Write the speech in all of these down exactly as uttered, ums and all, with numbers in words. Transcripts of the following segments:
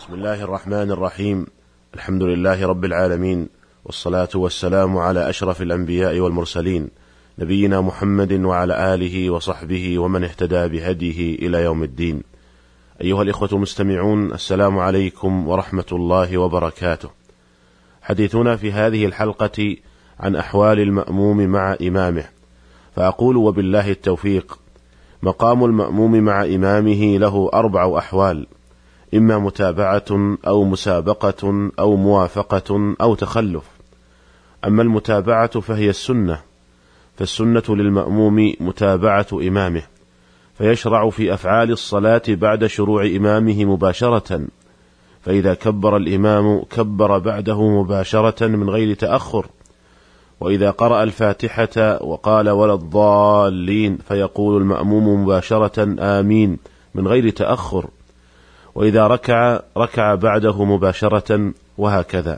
بسم الله الرحمن الرحيم. الحمد لله رب العالمين، والصلاة والسلام على أشرف الأنبياء والمرسلين، نبينا محمد وعلى آله وصحبه ومن اهتدى بهديه إلى يوم الدين. أيها الإخوة المستمعون، السلام عليكم ورحمة الله وبركاته. حديثنا في هذه الحلقة عن أحوال المأموم مع إمامه، فأقول وبالله التوفيق: مقام المأموم مع إمامه له أربع أحوال: إما متابعة أو مسابقة أو موافقة أو تخلف. أما المتابعة فهي السنة، فالسنة للمأموم متابعة إمامه، فيشرع في أفعال الصلاة بعد شروع إمامه مباشرة، فإذا كبر الإمام كبر بعده مباشرة من غير تأخر، وإذا قرأ الفاتحة وقال ولا الضالين فيقول المأموم مباشرة آمين من غير تأخر، وإذا ركع ركع بعده مباشرة، وهكذا.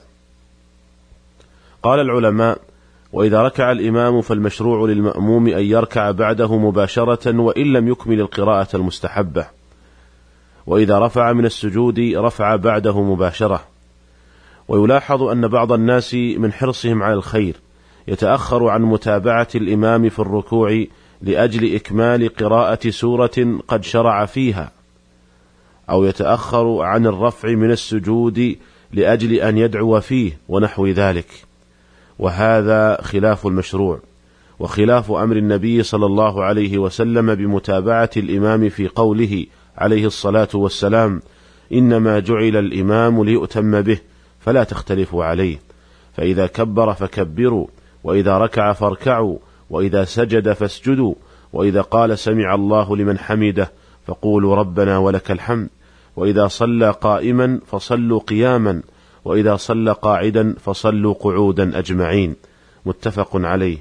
قال العلماء: وإذا ركع الإمام فالمشروع للمأموم أن يركع بعده مباشرة وإن لم يكمل القراءة المستحبة، وإذا رفع من السجود رفع بعده مباشرة. ويلاحظ أن بعض الناس من حرصهم على الخير يتأخر عن متابعة الإمام في الركوع لأجل إكمال قراءة سورة قد شرع فيها، أو يتأخر عن الرفع من السجود لأجل أن يدعو فيه ونحو ذلك، وهذا خلاف المشروع وخلاف أمر النبي صلى الله عليه وسلم بمتابعة الإمام في قوله عليه الصلاة والسلام: إنما جعل الإمام ليؤتم به فلا تختلفوا عليه، فإذا كبر فكبروا، وإذا ركع فاركعوا، وإذا سجد فاسجدوا، وإذا قال سمع الله لمن حمده فقولوا ربنا ولك الحمد، وإذا صلى قائما فصلوا قياما، وإذا صلى قاعدا فصلوا قعودا أجمعين. متفق عليه.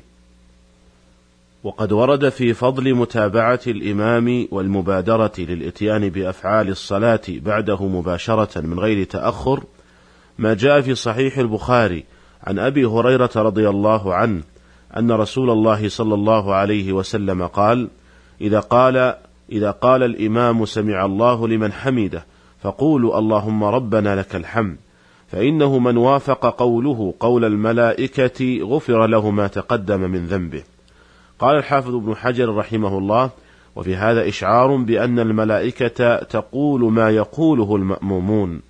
وقد ورد في فضل متابعة الإمام والمبادرة للإتيان بأفعال الصلاة بعده مباشرة من غير تأخر ما جاء في صحيح البخاري عن أبي هريرة رضي الله عنه أن رسول الله صلى الله عليه وسلم قال: إذا قال إذا قال الإمام سمع الله لمن حمده فقولوا اللهم ربنا لك الحمد، فإنه من وافق قوله قول الملائكة غفر له ما تقدم من ذنبه. قال الحافظ ابن حجر رحمه الله: وفي هذا إشعار بأن الملائكة تقول ما يقوله المأمومون.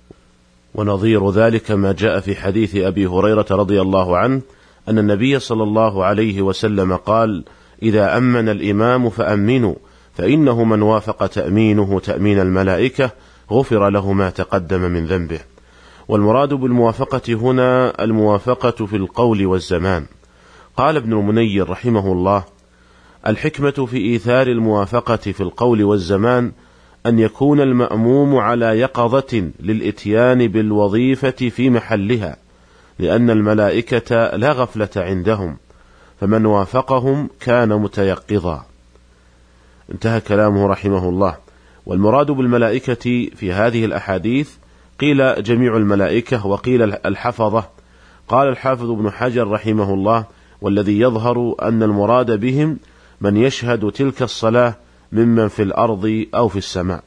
ونظير ذلك ما جاء في حديث أبي هريرة رضي الله عنه أن النبي صلى الله عليه وسلم قال: إذا أمن الإمام فأمنوا، فإنه من وافق تأمينه تأمين الملائكة غفر له ما تقدم من ذنبه. والمراد بالموافقة هنا الموافقة في القول والزمان. قال ابن المنير رحمه الله: الحكمة في إيثار الموافقة في القول والزمان أن يكون المأموم على يقظة للإتيان بالوظيفة في محلها، لأن الملائكة لا غفلة عندهم، فمن وافقهم كان متيقظا. انتهى كلامه رحمه الله. والمراد بالملائكة في هذه الأحاديث قيل جميع الملائكة وقيل الحفظة. قال الحافظ ابن حجر رحمه الله: والذي يظهر أن المراد بهم من يشهد تلك الصلاة ممن في الأرض أو في السماء.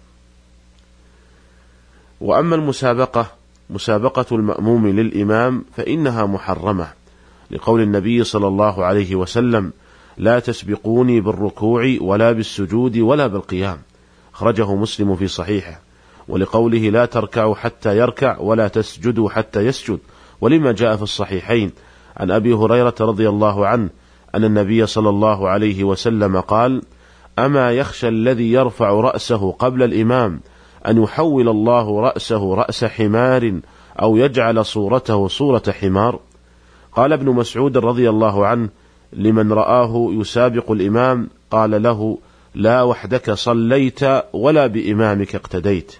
وأما المسابقة مسابقة المأموم للإمام فإنها محرمة، لقول النبي صلى الله عليه وسلم: لا تسبقوني بالركوع ولا بالسجود ولا بالقيام، أخرجه مسلم في صحيحه. ولقوله: لا تركعوا حتى يركع ولا تسجدوا حتى يسجد، ولما جاء في الصحيحين عن أبي هريرة رضي الله عنه أن النبي صلى الله عليه وسلم قال: أما يخشى الذي يرفع رأسه قبل الإمام أن يحول الله رأسه رأس حمار أو يجعل صورته صورة حمار؟ قال ابن مسعود رضي الله عنه لمن رآه يسابق الإمام قال له: لا وحدك صليت ولا بإمامك اقتديت.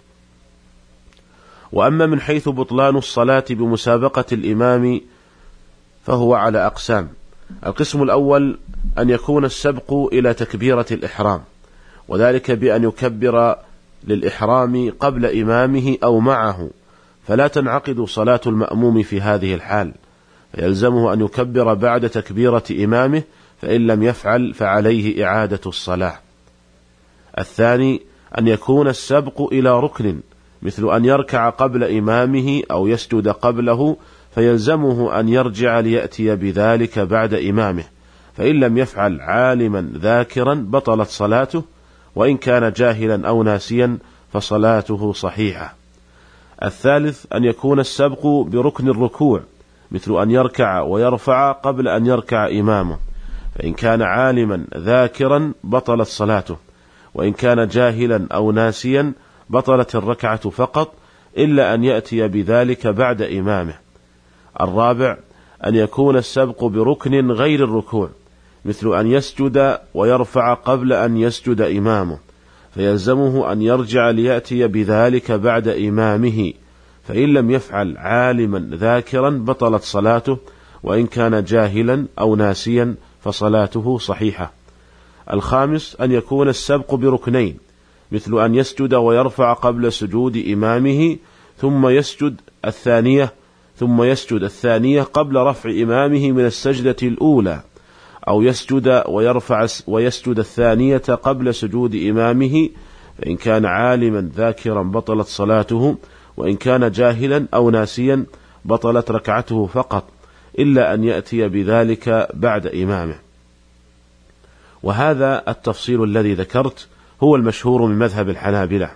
وأما من حيث بطلان الصلاة بمسابقة الإمام فهو على أقسام. القسم الأول أن يكون السبق إلى تكبيرة الإحرام، وذلك بأن يكبر للإحرام قبل إمامه أو معه، فلا تنعقد صلاة المأموم في هذه الحال، فيلزمه أن يكبر بعد تكبيرة إمامه، فإن لم يفعل فعليه إعادة الصلاة. الثاني أن يكون السبق إلى ركن مثل أن يركع قبل إمامه أو يسجد قبله، فيلزمه أن يرجع ليأتي بذلك بعد إمامه، فإن لم يفعل عالما ذاكرا بطلت صلاته، وإن كان جاهلا أو ناسيا فصلاته صحيحة. الثالث أن يكون السبق بركن الركوع، مثل أن يركع ويرفع قبل أن يركع إمامه، فإن كان عالما ذاكرا بطلت صلاته، وإن كان جاهلا أو ناسيا بطلت الركعة فقط، إلا أن يأتي بذلك بعد إمامه. الرابع أن يكون السبق بركن غير الركوع، مثل أن يسجد ويرفع قبل أن يسجد إمامه، فيلزمه أن يرجع ليأتي بذلك بعد إمامه، فإن لم يفعل عالما ذاكرا بطلت صلاته، وإن كان جاهلا أو ناسيا فصلاته صحيحة. الخامس أن يكون السبق بركنين، مثل أن يسجد ويرفع قبل سجود إمامه ثم يسجد الثانية ثم يسجد الثانية قبل رفع إمامه من السجدة الأولى، أو يسجد ويرفع ويسجد الثانية قبل سجود إمامه، فإن كان عالما ذاكرا بطلت صلاته، وإن كان جاهلا أو ناسيا بطلت ركعته فقط، إلا أن يأتي بذلك بعد إمامه. وهذا التفصيل الذي ذكرت هو المشهور من مذهب الحنابلة.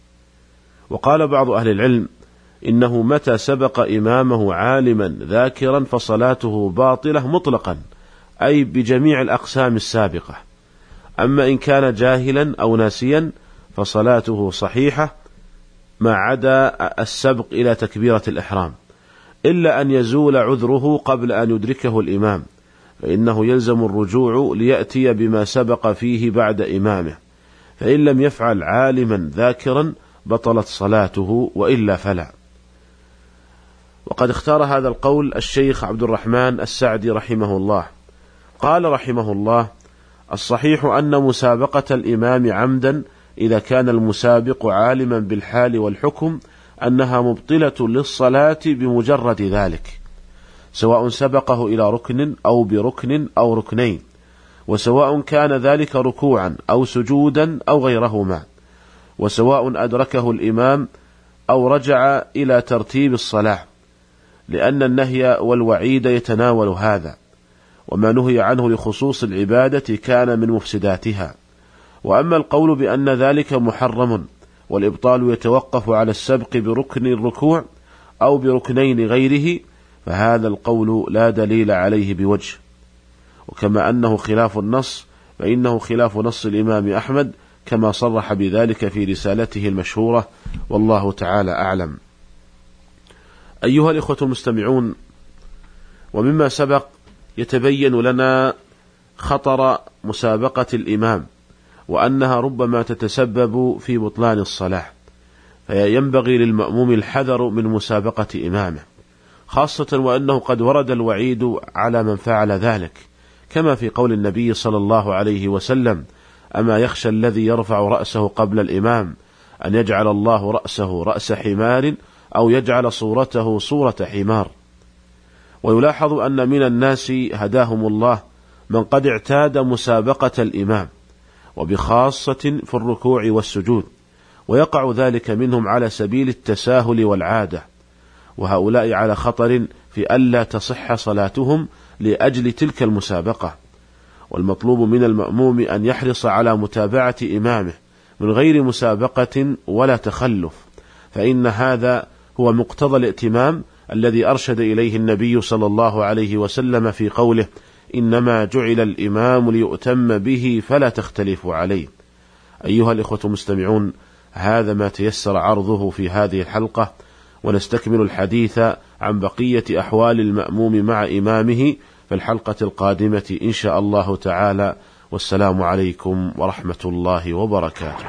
وقال بعض أهل العلم إنه متى سبق إمامه عالما ذاكرا فصلاته باطلة مطلقا، أي بجميع الأقسام السابقة. أما إن كان جاهلا أو ناسيا فصلاته صحيحة ما عدا السبق إلى تكبيرة الإحرام، إلا أن يزول عذره قبل أن يدركه الإمام، فإنه يلزم الرجوع ليأتي بما سبق فيه بعد إمامه، فإن لم يفعل عالما ذاكرا بطلت صلاته، وإلا فلا. وقد اختار هذا القول الشيخ عبد الرحمن السعدي رحمه الله. قال رحمه الله: الصحيح أن مسابقة الإمام عمدا إذا كان المسابق عالما بالحال والحكم أنها مبطلة للصلاة بمجرد ذلك، سواء سبقه إلى ركن أو بركن أو ركنين، وسواء كان ذلك ركوعا أو سجودا أو غيرهما، وسواء أدركه الإمام أو رجع إلى ترتيب الصلاة، لأن النهي والوعيد يتناول هذا، وما نهي عنه لخصوص العبادة كان من مفسداتها. وأما القول بأن ذلك محرم والإبطال يتوقف على السبق بركن الركوع أو بركنين غيره، فهذا القول لا دليل عليه بوجه. وكما أنه خلاف النص فإنه خلاف نص الإمام أحمد، كما صرح بذلك في رسالته المشهورة، والله تعالى أعلم. أيها الإخوة المستمعون، ومما سبق يتبين لنا خطر مسابقة الإمام، وأنها ربما تتسبب في بطلان الصلاة، فينبغي للمأموم الحذر من مسابقة إمامه، خاصة وأنه قد ورد الوعيد على من فعل ذلك، كما في قول النبي صلى الله عليه وسلم: أما يخشى الذي يرفع رأسه قبل الإمام أن يجعل الله رأسه رأس حمار أو يجعل صورته صورة حمار. ويلاحظ أن من الناس هداهم الله من قد اعتاد مسابقة الإمام، وبخاصة في الركوع والسجود، ويقع ذلك منهم على سبيل التساهل والعادة، وهؤلاء على خطر في ألا تصح صلاتهم لأجل تلك المسابقة. والمطلوب من المأموم أن يحرص على متابعة إمامه من غير مسابقة ولا تخلف، فإن هذا هو مقتضى الائتمام الذي أرشد إليه النبي صلى الله عليه وسلم في قوله: إنما جعل الإمام ليؤتم به فلا تختلفوا عليه. أيها الإخوة المستمعون، هذا ما تيسر عرضه في هذه الحلقة، ونستكمل الحديث عن بقية أحوال المأموم مع إمامه في الحلقة القادمة إن شاء الله تعالى. والسلام عليكم ورحمة الله وبركاته.